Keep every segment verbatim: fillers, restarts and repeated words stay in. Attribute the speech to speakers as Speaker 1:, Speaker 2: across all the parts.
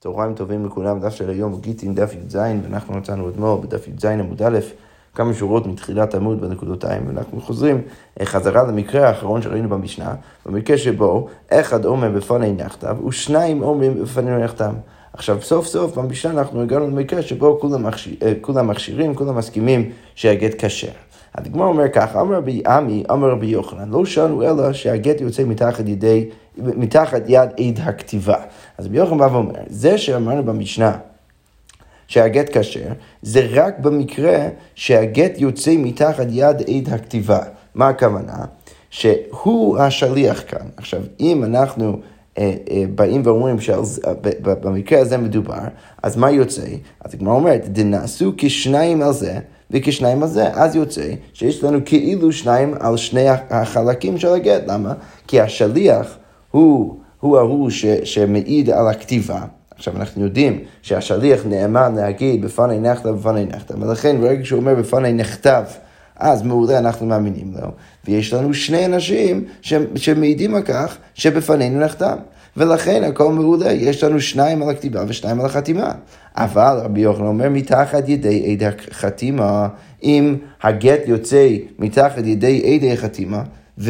Speaker 1: צהריים טובים לכולם, דף של היום גיטין דף י"ז, ואנחנו מצאנו אתמול בדף י"ז עמוד א' כמה שורות מתחילת עמוד בנקודותיים, ואנחנו חוזרים חזרה למקרה האחרון שראינו במשנה, במקרה שבו אחד אומר בפני נכתב ושניים אומרים בפני נכתב. עכשיו סוף סוף במשנה אנחנו הגענו למקרה שבו כולם, מכשיר, כולם מכשירים, כולם מסכימים שהגט כשר. הדגמר אומר כך, אמר רבי עמי, אמר רבי יוחנן, לא שאלנו אלא שהגט יוצא מתחת ידי, מתחת יד עד הכתיבה. אז רבי יוחנן בא ואומר, זה שאמרנו במשנה שהגט כשר, זה רק במקרה שהגט יוצא מתחת יד עד הכתיבה. מה הכוונה? שהוא השליח כאן. עכשיו, אם אנחנו אה, אה, באים ואומרים שבמקרה הזה מדובר, אז מה יוצא? אז הגמרא אומרת, דנעשו כשניים על זה, וכשניים על זה, אז יוצא שיש לנו כאילו שניים על שני החלקים של הגט. למה? כי השליח הוא, הוא ההוא ש, שמעיד על הכתיבה. עכשיו אנחנו יודעים שהשליח נאמן להגיד בפני נכתב בפני נכתב, ולכן ברגע שהוא אומר בפני נכתב, אז מעולה אנחנו מאמינים לו, ויש לנו שני אנשים ש, שמעידים על כך שבפנינו נכתב. ולכן הכל מעולה, יש לנו שניים על הכתיבה ושניים על החתימה. אבל רבי יוחנן אומר מתחת ידי עד החתימה, אם הגט יוצא מתחת ידי עד החתימה,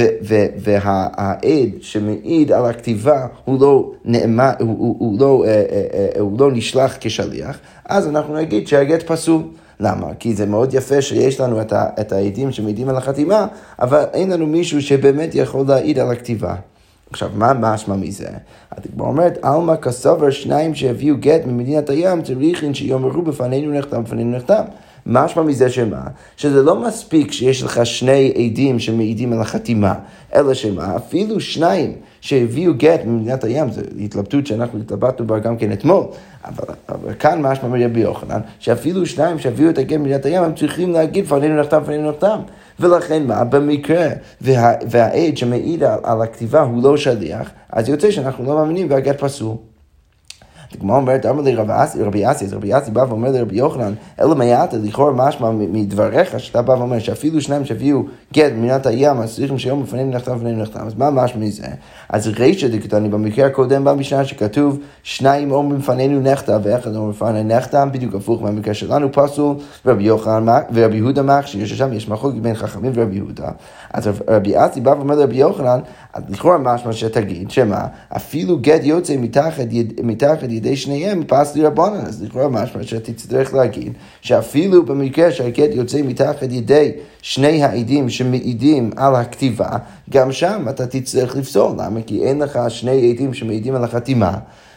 Speaker 1: והעד שמעיד על הכתיבה הוא לא נאמן, הוא, הוא, הוא, לא, הוא לא נשלח כשליח, אז אנחנו נגיד שהגט פסול. למה? כי זה מאוד יפה שיש לנו את, ה, את העדים שמעידים על החתימה, אבל אין לנו מישהו שבאמת יכול להעיד על הכתיבה. עכשיו, מה משמע מזה? הדגמרא אומרת, אלמה כסבר שניים שהביאו גט ממדינת הים, צריכים שיאמרו בפנינו נכתב, בפנינו נכתב. משמע מזה שמה? שזה לא מספיק שיש לך שני עדים שמעידים על החתימה, אלא שמה? אפילו שניים שהביאו גט ממדינת הים, זו התלבטות שאנחנו התלבטנו בה גם כן אתמול, אבל, אבל כאן משמע מרבי יוחנן, שאפילו שניים שהביאו את הגט ממדינת הים, הם צריכים להגיד פנינו נכתב, פנינו נכתב. ולכן מה? במקרה וה, והעד שמעיד על, על הכתיבה הוא לא שליח, אז יוצא שאנחנו לא מאמינים והגט פסול. הגמרא אומרת, אמר לי רבי אסי, אז רבי אסי בא ואומר לרבי יוחנן, אלא מעט, לכאורה משמע מדבריך, שאתה בא ואומר שאפילו שניים שהביאו גט ממדינת הים, אז צריכים שיום בפנינו נכתב בפנינו נכתב. אז מה משמע מזה? אז רישא דכתני במקרה הקודם במשנה שכתוב, שניים אומרים בפנינו נכתב, ואחד אומר בפנינו נכתב, בדיוק הפוך מהמקרה שלנו פסול, ורבי יוחנן ורבי יהודה מכשיר, ששם יש מחלוקת בין חכמים ורבי יהודה. אז רבי אסי בא ואומר לרבי יוחנן, אז לכאורה משמע שתגיד, שמה? אפילו גט יוצא מתחת ידי שניהם פסל רבנן, אז לכאורה משמע שאתה תצטרך להגיד שאפילו במקרה שהגט יוצא מתחת ידי שני העדים שמעידים על הכתיבה, גם שם אתה תצטרך לפסול. למה? כי אין לך שני עדים שמעידים על החתימה,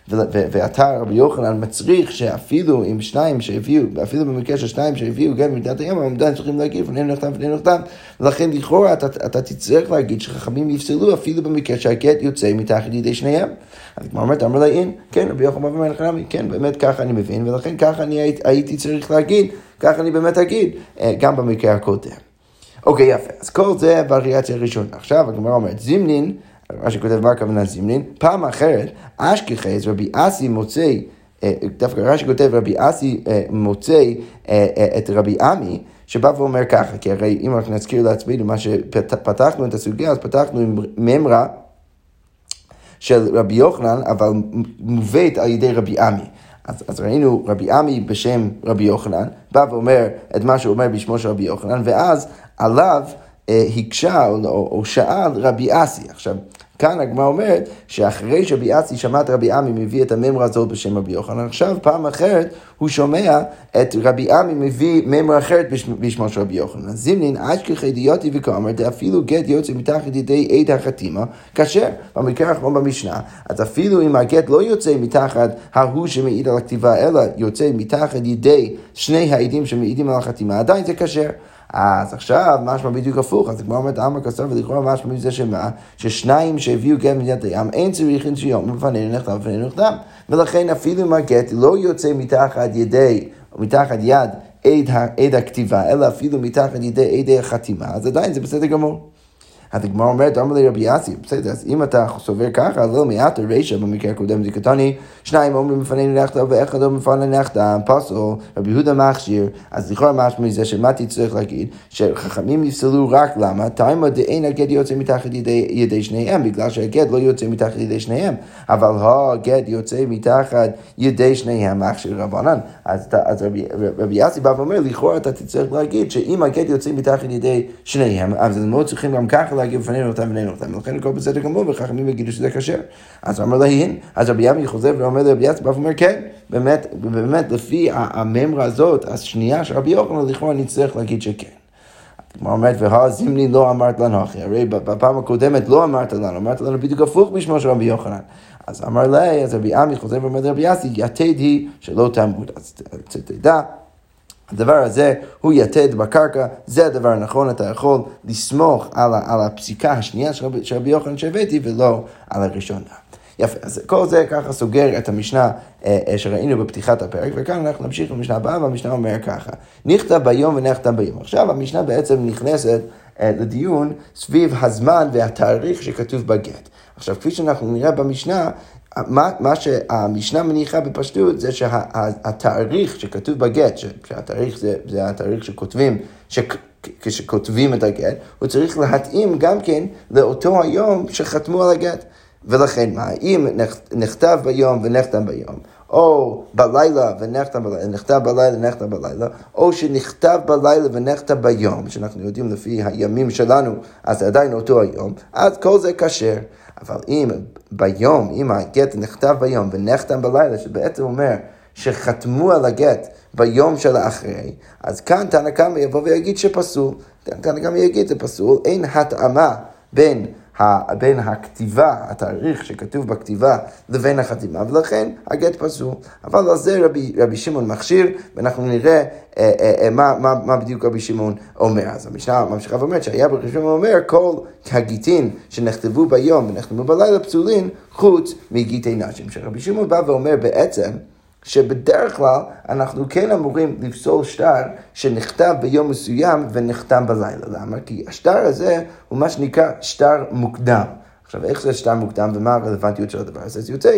Speaker 1: ואתה רבי יוחנן מצריך שאפילו עם שניים שהביאו, אפילו במקרה של שניים שהביאו גט ממדינת הים, הם עדיין צריכים להגיד פנינו נכתב פנינו נכתב. ולכן לכאורה אתה, אתה תצטרך להגיד שחכמים יפסלו אפילו במקרה שהגט יוצא מתחת ידי שניהם. אז כמו אומרת, אמר לה, אין, כן, רבי יוחנן אומר לכם, כן, באמת ככה אני מבין, ולכן ככה אני הייתי, הייתי צריך להגיד, ככה אני באמת אגיד, גם במקרה הקודם. אוקיי, יפה. אז כל זה וריאציה ראשונה. עכשיו, הגמרא אומרת, זימנין, מה שכותב מה הכוונה זימנין, פעם אחרת, אשכחז, רבי אסי מוצא, דווקא רש"י כותב, רבי אסי מוצא את רבי עמי, שבא ואומר ככה, כי הרי אם אנחנו נזכיר לעצמנו מה שפתחנו את הסוגיה, אז פתחנו עם ממרה של רבי יוחנן, אבל מובאת על ידי רבי עמי. אז, אז ראינו רבי עמי בשם רבי יוחנן, בא ואומר את מה שהוא אומר בשמו של רבי יוחנן, ואז עליו אה, הקשה או, או, או שאל רבי אסי. עכשיו, כאן הגמרא אומרת שאחרי שרבי אסי שמע את רבי עמי מביא את הממרה הזאת בשם רבי יוחנן, עכשיו פעם אחרת הוא שומע את רבי עמי מביא ממרה אחרת בשמו של רבי יוחנן. זימנין אשכחי דיוטי וכאמר, אפילו גט יוצא מתחת ידי עד החתימה, כאשר במקרה האחרון במשנה, אז אפילו אם הגט לא יוצא מתחת ההוא שמעיד על הכתיבה, אלא יוצא מתחת ידי שני העדים שמעידים על החתימה, עדיין זה כשר. אז עכשיו משמע בדיוק הפוך, אז כמו אומרת אמר כסר ולכאורה משמע מזה שמה, ששניים שהביאו גט ממדינת הים, אין צריכים שיום בפנינו נכתב בפנינו נכתב, ולכן אפילו אם הגט לא יוצא מתחת ידי, מתחת יד עד, עד הכתיבה, אלא אפילו מתחת ידי עדי החתימה, אז עדיין זה בסדר גמור. אז הגמרא אומרת, אמר לי רבי יאסי, בסדר, אז אם אתה סובר ככה, לא מעט רישא במקרה הקודם דקתני, שניים אומרים לפנינו נחתם ואחד אומרים לפנינו נחתם, פסול, רבי יהודה מכשיר, אז לכאורה משמע מזה שמה תצטרך להגיד, שחכמים יפסלו רק למה, תימא דאין הגט יוצא מתחת ידי, ידי שניהם, בגלל שהגט לא יוצא מתחת ידי שניהם, אבל הגט יוצא מתחת ידי שניהם, מכשיר רבנן. אז, אז רבי, רבי יאסי בא ואומר, לכאורה אתה תצטרך להגיד שאם הגט יוצא מתחת ידי שניהם, אז הם לא צריכים גם ככה להגיד בפנינו אותם ובנינו אותם, ולכן הכל בסדר גמור, וחכמים יגידו שזה כשר. אז אמר להן, אז רבי ימי חוזר ואומר לרבי יאסי בא ואומר, כן, באמת, באמת לפי הממרה הזאת, השנייה של רבי יוחנן, לכאורה אני צריך להגיד שכן. כמו אומרת, והזימני לא אמרת לנו אחי, הרי בפעם הקודמת לא אמרת לנו, אמרת לנו בדיוק הפוך בשמו של רבי יוחנן. אז אמר לי, אז רבי עמי חוזר ואומר לרבי יאסי, יתד היא שלא תמות, אז תדע. הדבר הזה הוא יתד בקרקע, זה הדבר הנכון, אתה יכול לסמוך על, על הפסיקה השנייה של רבי יוחנן שהבאתי ולא על הראשונה. יפה, אז כל זה ככה סוגר את המשנה אה, שראינו בפתיחת הפרק, וכאן אנחנו נמשיך למשנה הבאה, והמשנה אומר ככה, נכתב ביום ונחתם ביום. עכשיו המשנה בעצם נכנסת אה, לדיון סביב הזמן והתאריך שכתוב בגט. עכשיו כפי שאנחנו נראה במשנה, מה, מה שהמשנה מניחה בפשטות זה שהתאריך שכתוב בגט, שהתאריך זה, זה התאריך שכותבים, שכ... כשכותבים את הגט, הוא צריך להתאים גם כן לאותו היום שחתמו על הגט. ולכן מה, אם נכתב ביום ונחתם ביום, או בלילה ונחתם בלילה, נכתב בלילה ונחתם בלילה, או שנכתב בלילה ונחתם ביום, שאנחנו יודעים לפי הימים שלנו, אז זה עדיין אותו היום, אז כל זה כשר. אבל אם ביום, אם הגט נכתב ביום ונחתם בלילה, שבעצם אומר שחתמו על הגט ביום של האחרי, אז כאן תנא קמא יבוא ויגיד שפסול. תנא קמא יגיד זה פסול, אין התאמה בין בין הכתיבה, התאריך שכתוב בכתיבה לבין החתימה, ולכן הגט פסול. אבל על זה רבי, רבי שמעון מכשיר, ואנחנו נראה אה, אה, מה, מה, מה בדיוק רבי שמעון אומר. אז המשנה ממשיכה ואומרת שהיה רבי שמעון אומר, כל הגיטין שנכתבו ביום ונכתבו בלילה פסולין, חוץ מגיטי נשים. שרבי שמעון בא ואומר בעצם, שבדרך כלל אנחנו כן אמורים לפסול שטר שנכתב ביום מסוים ונחתם בלילה. למה? כי השטר הזה הוא מה שנקרא שטר מוקדם. עכשיו, איך זה שטר מוקדם ומה הרלוונטיות של הדבר הזה? זה יוצא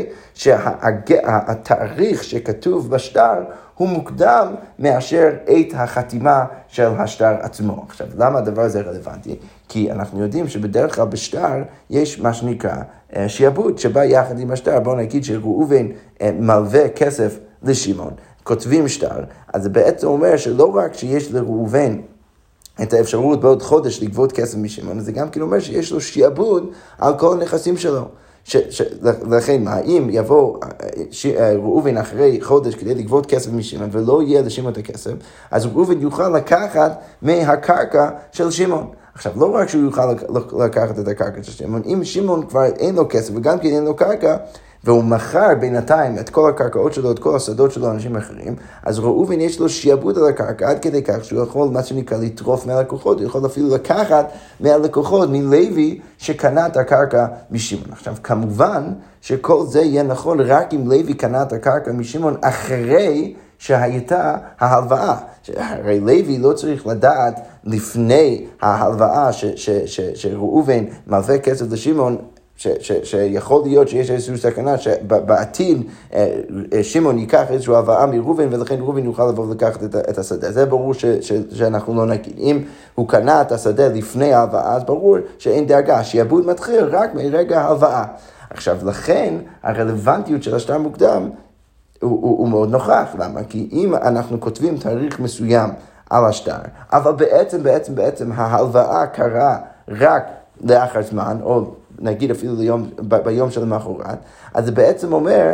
Speaker 1: שהתאריך שכתוב בשטר הוא מוקדם מאשר את החתימה של השטר עצמו. עכשיו, למה הדבר הזה רלוונטי? כי אנחנו יודעים שבדרך כלל בשטר יש מה שנקרא שיעבוד שבא יחד עם השטר. בואו נגיד שראובן מלווה כסף לשמעון, כותבים שטר, אז זה בעצם אומר שלא רק שיש לראובן את האפשרות בעוד חודש לגבות כסף משמעון, זה גם כן אומר שיש לו שיעבוד על כל הנכסים שלו. ש, ש, לכן מה, אם יבוא ש, ראובן אחרי חודש כדי לגבות כסף משמעון ולא יהיה לשמעון את הכסף, אז ראובן יוכל לקחת מהקרקע של שמעון. עכשיו, לא רק שהוא יוכל לקחת את הקרקע של שמעון, אם שמעון כבר אין לו כסף וגם כן אין לו קרקע, והוא מכר בינתיים את כל הקרקעות שלו, את כל השדות שלו לאנשים אחרים, אז ראובן יש לו שיעבוד על הקרקע, עד כדי כך שהוא יכול, מה שנקרא, לטרוף מהלקוחות, הוא יכול אפילו לקחת מהלקוחות, מלוי שקנה את הקרקע משמעון. עכשיו, כמובן שכל זה יהיה נכון רק אם לוי קנה את הקרקע משמעון אחרי שהייתה ההלוואה. הרי לוי לא צריך לדעת לפני ההלוואה שראובן מלווה כסף לשמעון, ש, ש, שיכול להיות שיש איזושהי סכנה שבעתיד שמעון ייקח איזושהי הלוואה מראובן, ולכן ראובן יוכל לבוא לקחת את, את השדה. זה ברור ש, ש, שאנחנו לא נגיד. אם הוא קנה את השדה לפני ההלוואה, אז ברור שאין דאגה, שיעבוד מתחיל רק מרגע ההלוואה. עכשיו, לכן הרלוונטיות של השטר מוקדם הוא, הוא, הוא מאוד נוכח. למה? כי אם אנחנו כותבים תאריך מסוים על השטר, אבל בעצם, בעצם, בעצם ההלוואה קרה רק לאחר זמן, או נגיד אפילו ליום, ב- ביום של המחרת, אז זה בעצם אומר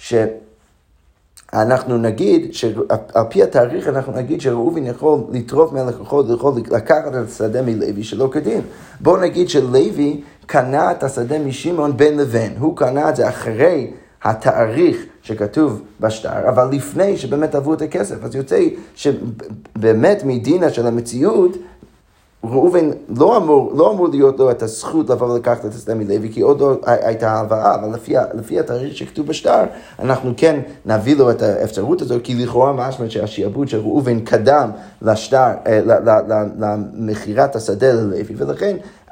Speaker 1: שאנחנו נגיד, שעל פי התאריך אנחנו נגיד שראובן יכול לטרוף מהלקוחות, יכול לקחת את השדה מלוי שלא כדין. בואו נגיד שלוי קנה את השדה משמעון בן לבן, הוא קנה את זה אחרי התאריך שכתוב בשטר, אבל לפני שבאמת עברו את הכסף. אז יוצא שבאמת מדינה של המציאות, ראובן לא אמור, לא אמור להיות לו את הזכות לבוא ולקחת את השדה מלוי, כי עוד לא הייתה ההלוואה, אבל לפי, לפי התאריך שכתוב בשטר, אנחנו כן נביא לו את האפשרות הזו, כי לכאורה משמע שהשיעבוד של ראובן קדם לשטר, למכירת השדה ללוי, ולכן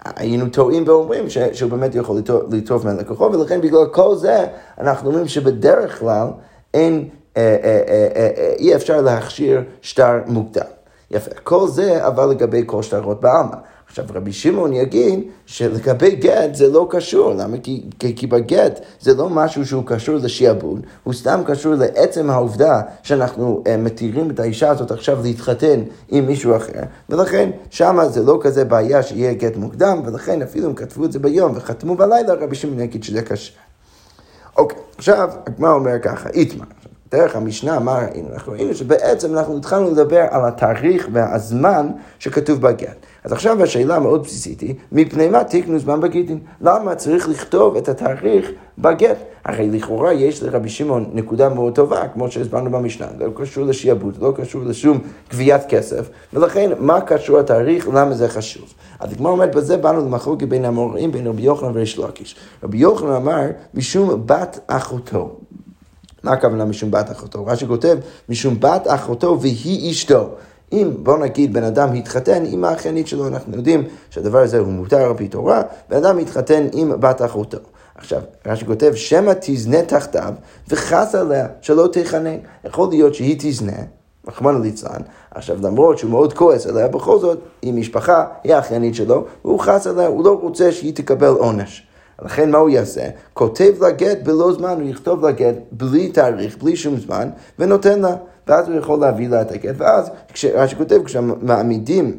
Speaker 1: היינו טועים ואומרים ש, שהוא באמת יכול לטרוף מהלקוחו, ולכן בגלל כל זה אנחנו אומרים שבדרך כלל אין, אה, אה, אה, אה, אי אפשר להכשיר שטר מוקדם. יפה, כל זה אבל לגבי כל שטרות בעלמא. עכשיו רבי שמעון יגיד שלגבי גט זה לא קשור, למה? כי, כי, כי בגט זה לא משהו שהוא קשור לשיעבוד, הוא סתם קשור לעצם העובדה שאנחנו uh, מתירים את האישה הזאת עכשיו להתחתן עם מישהו אחר, ולכן שמה זה לא כזה בעיה שיהיה גט מוקדם, ולכן אפילו הם כתבו את זה ביום וחתמו בלילה, רבי שמעון יגיד שזה קשה. אוקיי, עכשיו הגמרא אומר ככה, איתמר. דרך המשנה, מה ראינו? אנחנו ראינו שבעצם אנחנו התחלנו לדבר על התאריך והזמן שכתוב בגט. אז עכשיו השאלה מאוד בסיסית היא, מפני מה תקנו זמן בגיטין? למה צריך לכתוב את התאריך בגט? הרי לכאורה יש לרבי שמעון נקודה מאוד טובה, כמו שהסברנו במשנה, זה לא קשור לשיעבוד, לא קשור לשום גביית כסף, ולכן מה קשור התאריך, למה זה חשוב? אז כמו אומרת, בזה באנו למחלוקת בין האמוראים, בין רבי יוחנן וריש לקיש. רבי יוחנן אמר, משום בת אחותו. מה הכוונה משום בת אחותו? רש"י כותב, משום בת אחותו והיא אשתו. אם בוא נגיד בן אדם התחתן עם האחיינית שלו, אנחנו יודעים שהדבר הזה הוא מותר על פי תורה, בן אדם התחתן עם בת אחותו. עכשיו, רש"י כותב, שמא תזנה תחתיו וחס עליה שלא תחנן. יכול להיות שהיא תזנה, רחמנא ליצלן, עכשיו למרות שהוא מאוד כועס עליה, בכל זאת היא משפחה, היא האחיינית שלו, והוא חס עליה, הוא לא רוצה שהיא תקבל עונש. לכן מה הוא יעשה? כותב לגט בלא זמן, הוא יכתוב לגט בלי תאריך, בלי שום זמן, ונותן לה. ואז הוא יכול להביא לה את הגט, ואז רש"י כותב, כשמעמידים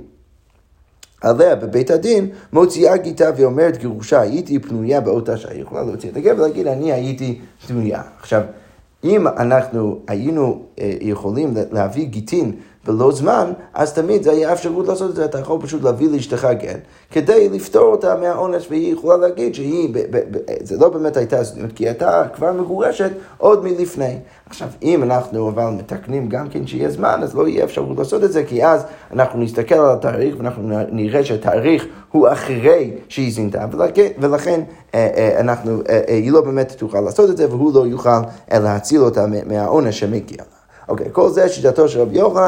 Speaker 1: עליה בבית הדין, מוציאה גיטה ואומרת גירושה, הייתי פנויה באותה שעה, היא יכולה להוציא את הגט ולהגיד, אני הייתי פנויה. עכשיו, אם אנחנו היינו יכולים להביא גיטין בלא זמן, אז תמיד זה היה אפשרות לעשות את זה, אתה יכול פשוט להביא לאשתך גט, כדי לפתור אותה מהעונש, והיא יכולה להגיד שהיא, ב- ב- ב- זה לא באמת הייתה זנות, כי הייתה כבר מגורשת עוד מלפני. עכשיו, אם אנחנו אבל מתקנים גם כן שיהיה זמן, אז לא יהיה אפשרות לעשות את זה, כי אז אנחנו נסתכל על התאריך, ואנחנו נראה שהתאריך הוא אחרי שהיא זינתה, ולכן, ולכן אנחנו, היא לא באמת תוכל לעשות את זה, והוא לא יוכל להציל אותה מהעונש שמגיע לה. אוקיי, כל זה שיטתו של רבי יוחנן,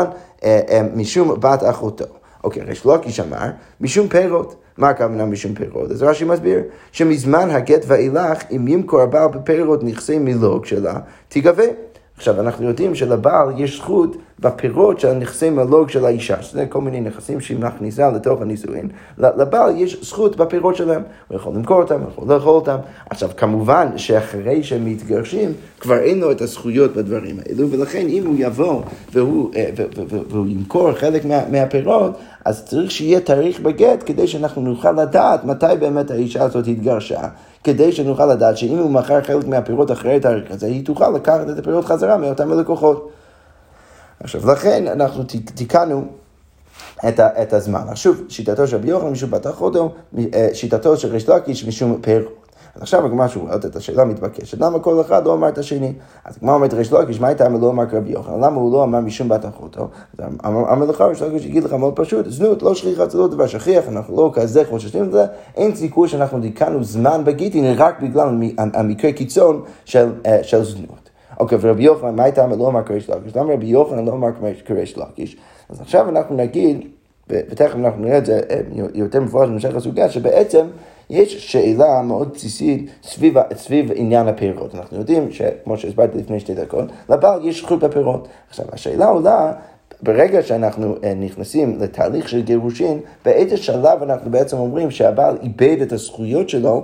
Speaker 1: משום בת אחותו. אוקיי, ריש לקיש אמר, משום פירות. מה הכוונה משום פירות? אז רש"י מסביר, שמזמן הגט ואילך, אם ימכור הבעל בפירות נכסי מילוג שלה, תיגבה. עכשיו, אנחנו יודעים שלבעל יש זכות בפירות של נכסי מילוג של האישה, שזה כל מיני נכסים שהיא מכניסה לתוך הנישואין. לבעל יש זכות בפירות שלהם, הוא יכול למכור אותם, הוא יכול לאכול אותם. עכשיו, כמובן שאחרי שהם מתגרשים, כבר אין לו את הזכויות בדברים האלו, ולכן אם הוא יבוא והוא, והוא ימכור חלק מה, מהפירות, אז צריך שיהיה תאריך בגט, כדי שאנחנו נוכל לדעת מתי באמת האישה הזאת התגרשה, כדי שנוכל לדעת שאם הוא מכר חלק מהפירות אחרי תאריך הזה, היא תוכל לקחת את הפירות חזרה מאותם הלקוחות. עכשיו, לכן אנחנו תיקנו את, ה, את הזמן. שוב, שיטתו של רבי יוחנן משום בת אחותו, שיטתו של ריש לקיש משום פירות. אז עכשיו הגמרא שואלת את השאלה מתבקשת, למה כל אחד לא אמר את השני? אז הגמרא אומרת ריש לקיש, מה הייתה לא אמר רבי יוחנן? למה הוא לא אמר משום בת אחותו? אמר לך ריש לקיש, יגיד לך מאוד פשוט, זנות, לא שכיחה, זה לא דבר שכיח, אנחנו לא כזה חוששים את זה, אין סיכוי שאנחנו תיקנו זמן בגיטין רק בגלל המקרה קיצון של, של זנות. אוקיי, ורבי יוחנן, מה הייתה לא אמר ריש לקיש? למה רבי יוחנן לא אמר ריש לקיש? אז עכשיו אנחנו נגיד, ותכף אנחנו נראה את זה יותר מפורש במשך הסוגיה, שבעצם יש שאלה מאוד בסיסית סביב, סביב עניין הפירות. אנחנו יודעים שכמו שהסברתי לפני שתי דקות, לבעל יש זכות בפירות. עכשיו, השאלה עולה, ברגע שאנחנו נכנסים לתהליך של גירושין, באיזה שלב אנחנו בעצם אומרים שהבעל איבד את הזכויות שלו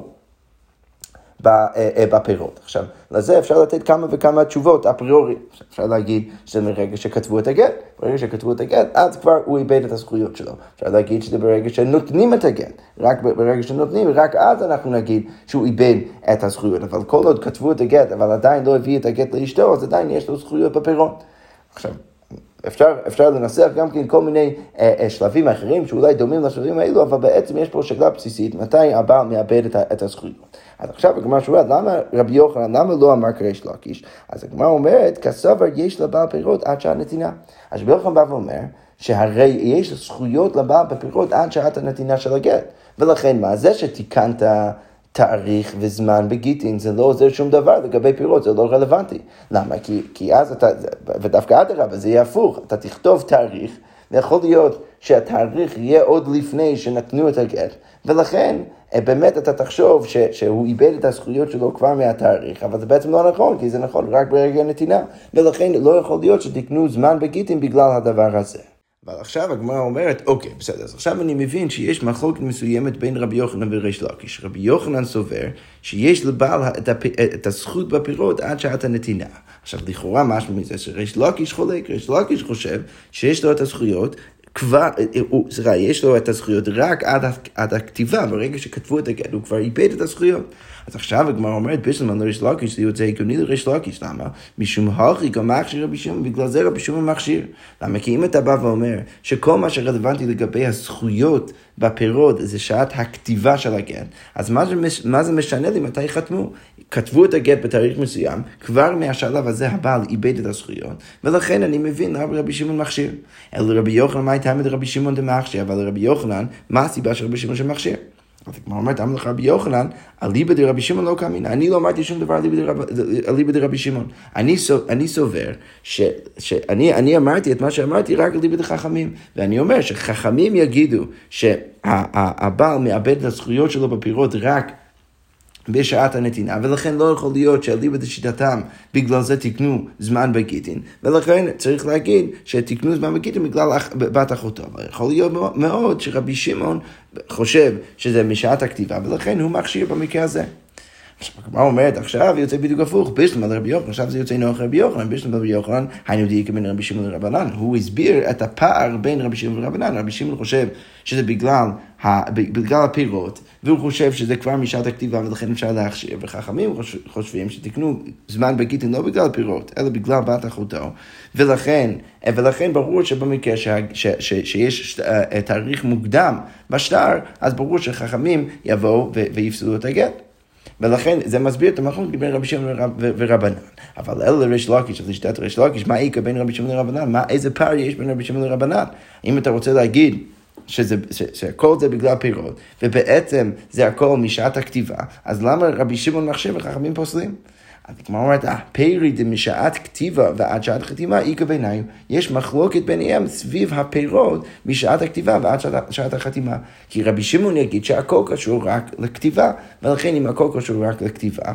Speaker 1: בפירות. עכשיו, לזה אפשר לתת כמה וכמה תשובות אפריורי. אפשר להגיד שזה מרגע שכתבו את הגט, ברגע שכתבו את הגט, אז כבר הוא איבד את הזכויות שלו. אפשר להגיד שזה ברגע שנותנים את הגט, רק ברגע שנותנים, רק אז אנחנו נגיד שהוא איבד את הזכויות. אבל כל עוד כתבו את הגט, אבל עדיין לא הביא את הגט לאשתו, אז עדיין יש לו זכויות בפירות. עכשיו, אפשר, אפשר לנסח גם כן כל מיני אה, שלבים אחרים שאולי דומים לשלבים האלו, אבל בעצם יש פה שאלה בסיסית, מתי הבעל מאבד את, את הזכויות. אז עכשיו הגמרא שואלת, למה רבי יוחנן, למה לא אמר כריש לקיש? אז הגמרא אומרת, כסבר יש לבעל פירות עד שעת נתינה. אז רבי יוחנן בא ואומר, שהרי יש זכויות לבעל בפירות עד שעת הנתינה של הגט. ולכן מה זה שתיקנת תאריך וזמן בגיטין, זה לא עוזר שום דבר לגבי פירות, זה לא רלוונטי. למה? כי, כי אז אתה, ודווקא אדרבה, זה יהיה הפוך, אתה תכתוב תאריך, ויכול להיות שהתאריך יהיה עוד לפני שנתנו את הגט, ולכן באמת אתה תחשוב ש, שהוא איבד את הזכויות שלו כבר מהתאריך, אבל זה בעצם לא נכון, כי זה נכון רק ברגע הנתינה, ולכן לא יכול להיות שתקנו זמן בגיטין בגלל הדבר הזה. אבל עכשיו הגמרא אומרת, אוקיי, בסדר, אז עכשיו אני מבין שיש מחלוקת מסוימת בין רבי יוחנן וריש לקיש. רבי יוחנן סובר שיש לבעל את, הפ... את הזכות בפירות עד שעת הנתינה. עכשיו, לכאורה משהו מזה שריש לקיש חולק, ריש לקיש חושב שיש לו את הזכויות, כבר, סליחה, יש לו את הזכויות רק עד, עד הכתיבה, ברגע שכתבו את הגט, הוא כבר איבד את הזכויות. אז עכשיו הגמרא אומרת, בשלמן לריש לקיש, זה יוצא הגיוני לריש לקיש, למה? משום הכי גם מכשיר רבי שמעון, בגלל זה רבי שמעון מכשיר. למה? כי אם אתה בא ואומר שכל מה שרלוונטי לגבי הזכויות בפירות זה שעת הכתיבה של הגט, אז מה זה, מה זה משנה לי מתי חתמו? כתבו את הגט בתאריך מסוים, כבר מהשלב הזה הבעל איבד את הזכויות, ולכן אני מבין למה רבי שמעון מכשיר. אלא רבי יוחנן, מה הייתה עם רבי שמעון דמכשיר? אבל רבי יוחנן, מה הסיבה של רבי שמעון שמכשיר? אז כמו אומרת, אמר לך רבי יוחנן, אליבא דרבי שמעון לא קמין. אני לא אמרתי שום דבר אליבא דרבי שמעון. אני סובר שאני אמרתי את מה שאמרתי רק אליבא דחכמים. ואני אומר שחכמים יגידו שהבעל מאבד את הזכויות שלו בפירות רק בשעת הנתינה, ולכן לא יכול להיות שאליבא דשיטתם בגלל זה תקנו זמן בגיטין, ולכן צריך להגיד שתקנו זמן בגיטין בגלל בת אחותו. אבל יכול להיות מאוד שרבי שמעון חושב שזה משעת הכתיבה, ולכן הוא מכשיר במקרה הזה. עכשיו, מה אומרת? עכשיו יוצא בדיוק הפוך, בשלמה לרבי יוחנן, עכשיו זה יוצא נוח רבי יוחנן, בשלמה לרבי יוחנן, היינו דייקה בין רבי שמעון לרבנן, הוא הסביר את הפער בין רבי שמעון לרבנן. רבי שמעון חושב שזה בגלל, בגלל הפירות, והוא חושב שזה כבר משעת הכתיבה, ולכן אפשר להכשיר, וחכמים חושבים שתקנו זמן בגיטין לא בגלל פירות, אלא בגלל בת אחותו, ולכן, ולכן ברור שבמקרה ש, ש, ש, שיש תאריך מוקדם בשטר, אז ברור שחכמים יבואו ויפסלו את הגט. ולכן זה מסביר את המחלוקת בין רבי שמעון ורבנן. אבל אלא לריש לקיש, אז לשיטת ריש לקיש, מה העיקר בין רבי שמעון לרבנן? מה, איזה פער יש בין רבי שמעון לרבנן? אם אתה רוצה להגיד שזה, שהכל זה בגלל פירות, ובעצם זה הכל משעת הכתיבה, אז למה רבי שמעון מכשיר וחכמים פוסלים? אז כמו אומרת, הפרי זה משעת כתיבה ועד שעת חתימה, איקה ביניהם, יש מחלוקת ביניהם סביב הפירות משעת הכתיבה ועד שעת, שעת החתימה. כי רבי שמעון יגיד שהכל קשור רק לכתיבה, ולכן אם הכל קשור רק לכתיבה,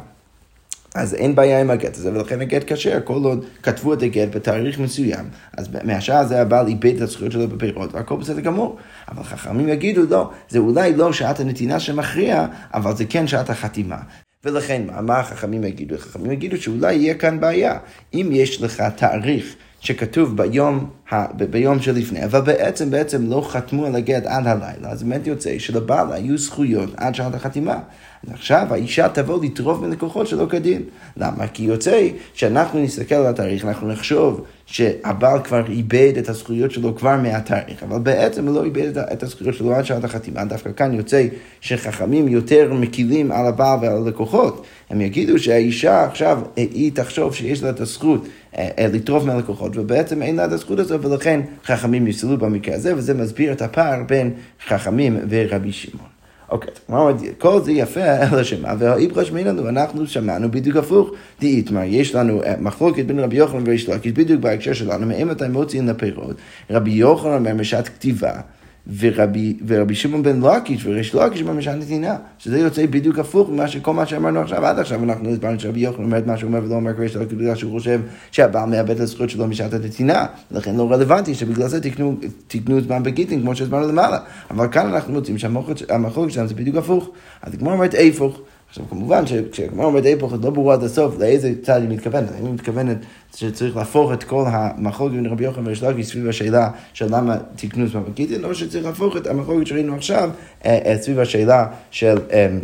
Speaker 1: אז אין בעיה עם הגט הזה, ולכן הגט כשר, כל עוד כתבו את הגט בתאריך מסוים, אז מהשעה הזה הבעל איבד את הזכויות שלו בפירות, והכל בסדר גמור. אבל חכמים יגידו, לא, זה אולי לא שעת הנתינה שמכריע, אבל זה כן שעת החתימה. ולכן, מה החכמים יגידו? החכמים יגידו שאולי יהיה כאן בעיה. אם יש לך תאריך שכתוב ביום, ה, ביום שלפני, אבל בעצם, בעצם לא חתמו על הגט עד הלילה, אז באמת יוצא שלבעל היו זכויות עד שעת החתימה. עכשיו האישה תבוא לטרוף בלקוחות שלא כדין. למה? כי יוצא שאנחנו נסתכל על התאריך, אנחנו נחשוב שהבעל כבר איבד את הזכויות שלו כבר מהתאריך, אבל בעצם לא איבד את הזכויות שלו עד שעת החתימה. דווקא כאן יוצא שחכמים יותר מקילים על הבעל ועל הלקוחות. הם יגידו שהאישה עכשיו היא תחשוב שיש לה את הזכות לטרוף מהלקוחות, ובעצם אין לה את הזכות הזו, ולכן חכמים יפסלו במקרה הזה, וזה מסביר את הפער בין חכמים ורבי שמעון. אוקיי, כל זה יפה, אלא שמה, והאיפכא שמעיננו, אנחנו שמענו בדיוק הפוך. דאיתמר, יש לנו מחלוקת בין רבי יוחנן וריש לקיש, בדיוק בהקשר שלנו, מאם אתם מוציאים לפירות, רבי יוחנן אומר משעת כתיבה, ורבי, ורבי שמעון בן לקיש וריש לקיש אומר משעת נתינה, שזה יוצא בדיוק הפוך ממה שכל מה שאמרנו עכשיו, עד עכשיו אנחנו הסברנו שרבי יוחנן אומר את מה שהוא אומר ולא אומר ריש לקיש, בגלל שהוא חושב שהבעל מאבד את הזכויות שלו משעת הנתינה, לכן לא רלוונטי שבגלל זה תקנו, תקנו זמן בגיטין כמו שהסברנו למעלה, אבל כאן אנחנו מוצאים שהמחלוקת שלנו זה בדיוק הפוך. אז כמו אומרת איפוך, עכשיו כמובן שכמו אומרת איפוך לא ברור עד הסוף לאיזה צד היא מתכוונת. אני מתכוונת שצריך להפוך את כל המחלוקת בין רבי יוחנן וריש לקיש סביב השאלה של למה תקנו זמן בגיטין, או שצריך להפוך את המחלוקת שראינו עכשיו סביב השאלה של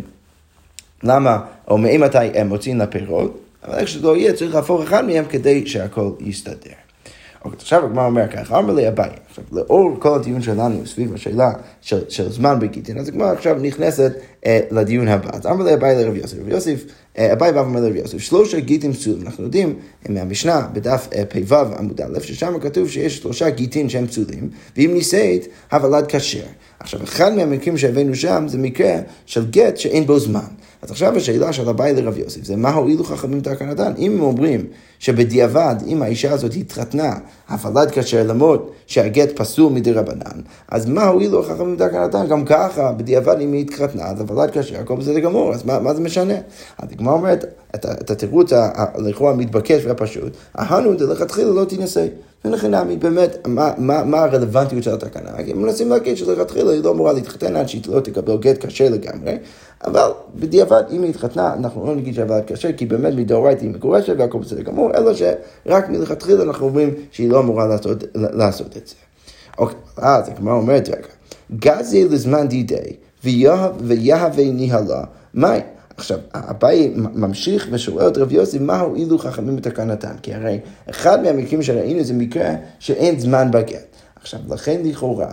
Speaker 1: למה או מאם מתי הם מוצאים לפירות, אבל איך שזה לא יהיה צריך להפוך אחד מהם כדי שהכל יסתדר. אוקיי, עכשיו הגמרא אומר כך, אמר לי אביי, עכשיו לאור כל הדיון שלנו סביב השאלה של, של זמן בגיטין, אז הגמרא עכשיו נכנסת אה, לדיון הבא. אז אמר לי אביי לרב יוסף, רב יוסף, אה, אביי בא ואמר לרב יוסף, שלושה גיטין פסולים, אנחנו יודעים מהמשנה בדף אה, פ"ו עמוד א', ששם כתוב שיש שלושה גיטין שהם פסולים, ואם נישאת, הוולד כשר. עכשיו, אחד מהמקרים שהבאנו שם זה מקרה של גט שאין בו זמן. אז עכשיו השאלה של אביי לרב יוסף זה מה הועילו חכמים תקנתן. אם הם אומרים שבדיעבד, אם האישה הזאת התחתנה הפעלת כאשר למרות שהגט פסול מדי רבנן, אז מה הועילו החכמים בתקנתם? גם ככה, בדיעבד אם היא התחתנה, אז הפעלת כאשר, הכל בסדר גמור, אז מה, מה זה משנה? אז הגמרא אומרת, את, את התירוץ לכאורה המתבקש והפשוט, ההנו דלכתחילה לא תינשא. ולכן נעמי באמת, מה, מה, מה הרלוונטיות של התקנה? הם מנסים להגיד שלכתחילה היא לא אמורה להתחתן עד שהיא לא תקבל גט קשה לגמרי, אבל בדיעבד, אם היא התחתנה, אנחנו לא נגיד שהעבד קשה, כי באמת מדאורייתא היא מגורשת והכל בסדר גמור, אלא שרק מלכתחילה אנחנו אומרים שהיא לא אמורה לעשות, לעשות את זה. אוקיי, אז הגמרא אומרת רגע, גזי לזמן דידי, ויהווה ניהלה, מהי? עכשיו, אביי ממשיך ושואל את רב יוסי, מה הועילו חכמים בתקנתם? כי הרי אחד מהמקרים שראינו זה מקרה שאין זמן בגט. עכשיו, לכן לכאורה,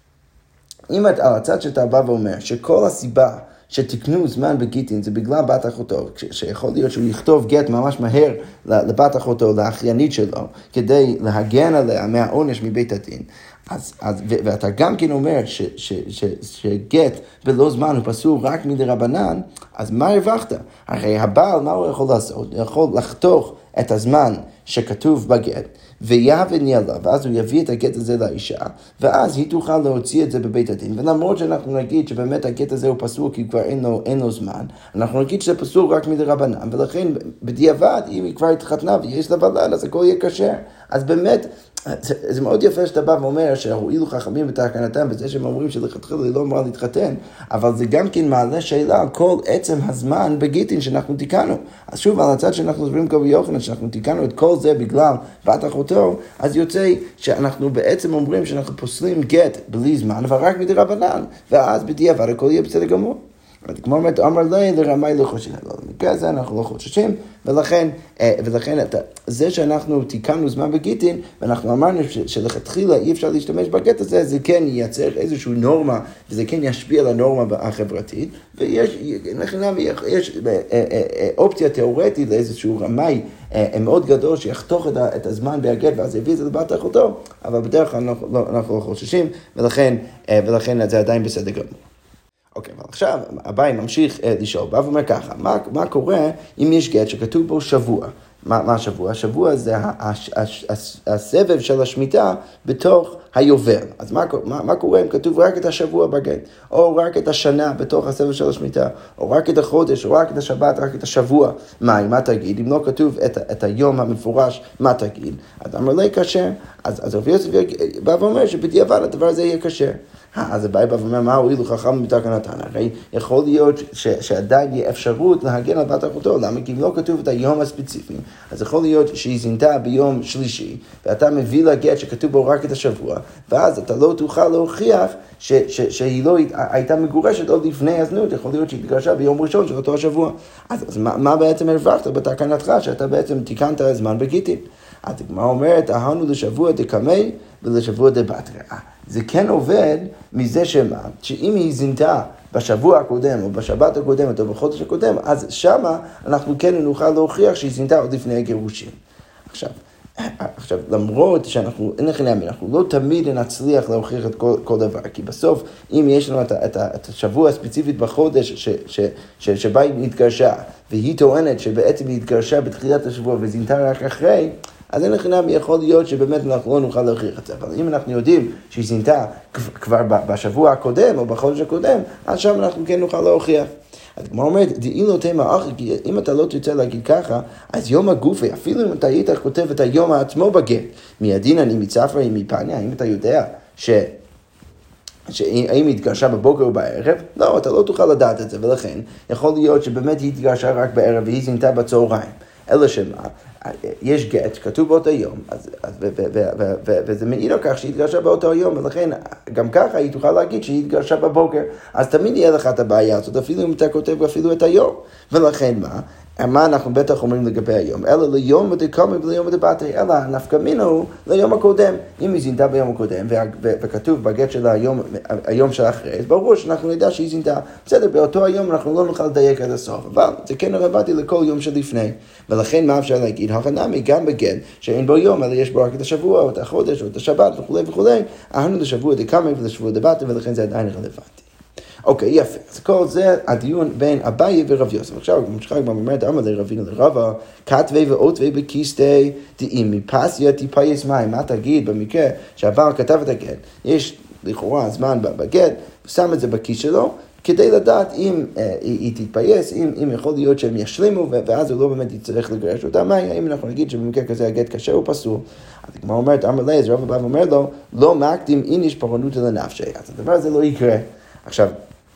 Speaker 1: אם את על הצד שאתה בא ואומר שכל הסיבה שתקנו זמן בגיטין זה בגלל בת אחותו, שיכול להיות שהוא יכתוב גט ממש מהר לבת אחותו, לאחיינית שלו, כדי להגן עליה מהעונש מבית הדין. אז, אז, ו, ואתה גם כן אומר ש, ש, ש, שגט בלא זמן הוא פסול רק מדרבנן, אז מה הרווחת? הרי הבעל, מה הוא יכול לעשות? הוא יכול לחתוך את הזמן שכתוב בגט, ויהווה ניהלה, ואז הוא יביא את הגט הזה לאישה, ואז היא תוכל להוציא את זה בבית הדין, ולמרות שאנחנו נגיד שבאמת הגט הזה הוא פסול, כי כבר אין לו, אין לו זמן, אנחנו נגיד שזה פסול רק מדרבנן, ולכן בדיעבד, אם היא כבר התחתנה ויש לה ולד, אז הכל יהיה קשה. אז באמת, זה, זה מאוד יפה שאתה בא ואומר שהועילו חכמים בתקנתם בזה שהם אומרים שלכתחילה היא לא אמורה להתחתן, אבל זה גם כן מעלה שאלה על כל עצם הזמן בגיטין שאנחנו תיקנו. אז שוב, על הצד שאנחנו סברים כמו ביוחנן, שאנחנו תיקנו את כל זה בגלל בת אחותו, אז יוצא שאנחנו בעצם אומרים שאנחנו פוסלים גט בלי זמן, אבל רק מדרבנן, ואז בדיעבד הכל יהיה בסדר גמור. כמו אומרת, אמר לי, לרמי לא חוששים. במקרה הזה אנחנו לא חוששים, ולכן, ולכן זה שאנחנו תיקנו זמן בגיטין, ואנחנו אמרנו שלכתחילה אי אפשר להשתמש בגט הזה, זה כן ייצר איזושהי נורמה, וזה כן ישפיע על הנורמה החברתית, ויש יש אופציה תיאורטית לאיזשהו רמי מאוד גדול שיחתוך את הזמן בהגט, ואז יביא את זה לבת אחותו, אבל בדרך כלל אנחנו לא חוששים, ולכן זה עדיין בסדר גמור. אוקיי, אבל עכשיו אביי ממשיך אה, לשאול, בא ואומר ככה, מה, מה קורה אם יש גט שכתוב בו שבוע? מה, מה השבוע? השבוע זה הש, הש, הש, הסבב של השמיטה בתוך היובל. אז מה, מה, מה קורה אם כתוב רק את השבוע בגט? או רק את השנה בתוך הסבב של השמיטה? או רק את החודש? או רק את השבת? רק את השבוע? מה, מה תגיד? אם לא כתוב את, את היום המפורש, מה תגיד? אז אמר לי קשה. אז, אז רב יוסף בא ואומר שבדיעבד הדבר הזה יהיה קשה. אז הבא בא ואומר, מה הועילו חכמים בתקנתם? הרי יכול להיות ש, שעדיין יהיה אפשרות להגן על בת אחותו. למה? כי אם לא כתוב את היום הספציפי, אז יכול להיות שהיא זינתה ביום שלישי, ואתה מביא לה גט שכתוב בו רק את השבוע, ואז אתה לא תוכל להוכיח ש, ש, שהיא לא הייתה מגורשת עוד לפני הזנות, יכול להיות שהיא התגרשה ביום ראשון של אותו השבוע. אז, אז מה, מה בעצם הרווחת בתקנתך, שאתה בעצם תיקנת הזמן בגיטין? אז הגמרא אומרת, אהנו לשבוע דקמי ולשבוע דבתרא. זה כן עובד מזה שמה, שאם היא זינתה בשבוע הקודם או בשבת הקודמת או בחודש הקודם, אז שמה אנחנו כן נוכל להוכיח שהיא זינתה עוד לפני הגירושים. עכשיו, עכשיו, למרות שאנחנו, אין לכם להאמין, אנחנו לא תמיד נצליח להוכיח את כל, כל דבר, כי בסוף, אם יש לנו את, את, את השבוע הספציפית בחודש ש, ש, ש, שבה היא התגרשה, והיא טוענת שבעצם היא התגרשה בתחילת השבוע וזינתה רק אחרי, אז אין לכם יכול להיות שבאמת אנחנו לא נוכל להוכיח את זה. אבל אם אנחנו יודעים שהיא זינתה כבר בשבוע הקודם או בחודש הקודם, אז שם אנחנו כן נוכל להוכיח. אז כמו אומרת, דאילו תמה אחי, אם אתה לא תרצה להגיד ככה, אז יום הגופי, אפילו אם אתה היית כותב את היום עצמו בגט, מידין אני מצפרא היא מפניה, האם אתה יודע ש... שהאם היא התגרשה בבוקר או בערב? לא, אתה לא תוכל לדעת את זה, ולכן יכול להיות שבאמת היא התגרשה רק בערב והיא זינתה בצהריים. אלא שמה, יש גט, כתוב באותו יום, אז, אז, ו, ו, ו, ו, ו, וזה מעיד על כך שהיא התגרשה באותו יום, ולכן גם ככה היא תוכל להגיד שהיא התגרשה בבוקר, אז תמיד יהיה לך את הבעיה הזאת, אפילו אם אתה כותב אפילו את היום. ולכן מה? מה אנחנו בטח אומרים לגבי היום? אלא ליום ודקומי וליום ודבתרי, אלא נפקא מינו ליום הקודם. אם היא זינתה ביום הקודם, וכתוב בגט של היום, היום של אחרי, אז ברור שאנחנו נדע שהיא זינתה. בסדר, באותו היום אנחנו לא נוכל לדייק עד הסוף, אבל זה כן רלוונטי לכל יום שלפני. ולכן מה אפשר להגיד? הכנמי גם בגט שאין בו יום, אלא יש בו רק את השבוע, או את החודש, או את השבת וכו' וכו'. אהנו לשבוע דקומי ולשבוע דבתרי, ולכן זה עדיין רלוונטי. אוקיי, יפה. אז כל זה הדיון בין אביי ורב יוסף. עכשיו, ממשיכה כבר אומרת, אמר לרבינו לרבא, כתבי ועוטבי בכיסתי, דאם מפסיה תיפייס מים. מה תגיד במקרה שהבעל כתב את הגט? יש לכאורה זמן בגט, שם את זה בכיס שלו, כדי לדעת אם אה, היא תתפייס, אם, אם יכול להיות שהם ישלימו, ואז הוא לא באמת יצטרך לגרש אותה. מה, אם אנחנו נגיד שבמקרה כזה הגט קשה הוא פסול, אז כמו אומרת, אמר לי, אז רב הבא אומר לו, לא מקדים איניש פרענות לנפשי. אז הדבר הזה לא יקרה. עכשיו,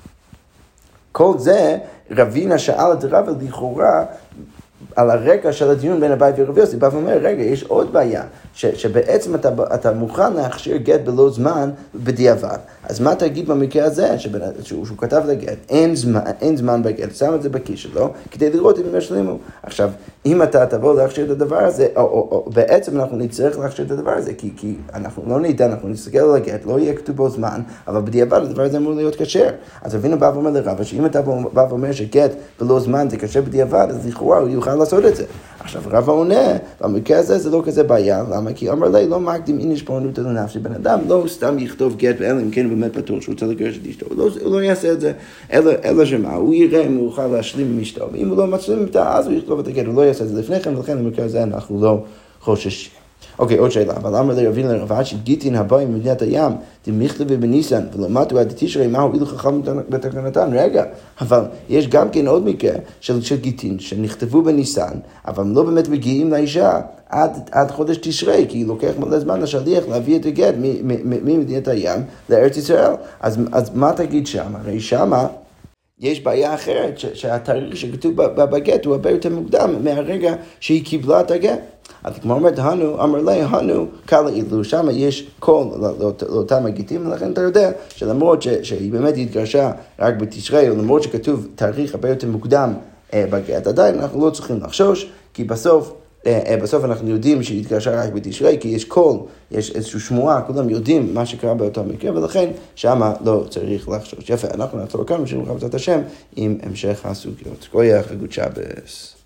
Speaker 1: כל זה, רבינה שאל את רב לכאורה, על הרקע של הדיון בין אביי ורב יוסף, בא ואומר, רגע, יש עוד בעיה, ש, שבעצם אתה, אתה מוכן להכשיר גט בלא זמן בדיעבד. אז מה תגיד במקרה הזה, שבנ, שהוא, שהוא כתב לגט, אין זמן, אין זמן בגט, שם את זה בכיס שלו, כדי לראות אם הם ישלימו. עכשיו, אם אתה תבוא להכשיר את הדבר הזה, או, או, או בעצם אנחנו נצטרך להכשיר את הדבר הזה, כי, כי אנחנו לא נדע, אנחנו נסתכל על הגט, לא יהיה כתוב בו זמן, אבל בדיעבד הדבר הזה אמור להיות קשר. אז אבינו בא ואומר לרב, שאם אתה בא ואומר שגט בלא זמן זה קשר בדיעבד, אז לכאורה הוא יוכל לעשות את זה. עכשיו רב עונה, במקרה הזה זה לא כזה בעיה, למה? כי אמר לי, לא מקדים איניש פרענות לנפשי, בן אדם לא סתם יכתוב גט, ואלה אם כן באמת בטוח שהוא רוצה לגרש את אשתו, הוא לא, הוא לא יעשה את זה, אלא, אלא שמה, הוא יראה אם הוא יוכל להשלים עם אשתו, ואם הוא לא משלים איתה, אז הוא יכתוב את הגט, הוא לא יעשה את זה לפני כן, ולכן במקרה הזה אנחנו לא חוששים. אוקיי, עוד שאלה, אבל אמר לי רבינו לרבא שגיטין הבאים ממדינת הים, דמכתבי בניסן, ולמדו עד תשרי, מה הועילו חכם בתקנתן? רגע, אבל יש גם כן עוד מקרה של, של גיטין, שנכתבו בניסן, אבל לא באמת מגיעים לאישה עד, עד חודש תשרי, כי לוקח מלא זמן לשליח להביא את הגט ממדינת הים לארץ ישראל. אז, אז מה תגיד שם? הרי שמה יש בעיה אחרת, ש, שהתאריך שכתוב בגט הוא הרבה יותר מוקדם מהרגע שהיא קיבלה את הגט. אז כמו אומרת, הנו, אמר לי, הנו, קלה אילו, שם יש קול לאותם הגיטים, ולכן אתה יודע שלמרות שהיא באמת התגרשה רק בתשרי, או למרות שכתוב תאריך הרבה יותר מוקדם בגט, עדיין אנחנו לא צריכים לחשוש, כי בסוף, בסוף אנחנו יודעים שהיא התגרשה רק בתשרי, כי יש קול, יש איזושהי שמועה, כולם יודעים מה שקרה באותו מקרה, ולכן שם לא צריך לחשוש. יפה, אנחנו נעצור כאן, ושאנחנו בעזרת השם עם המשך הסוגיות. כוייח וגוד שבס.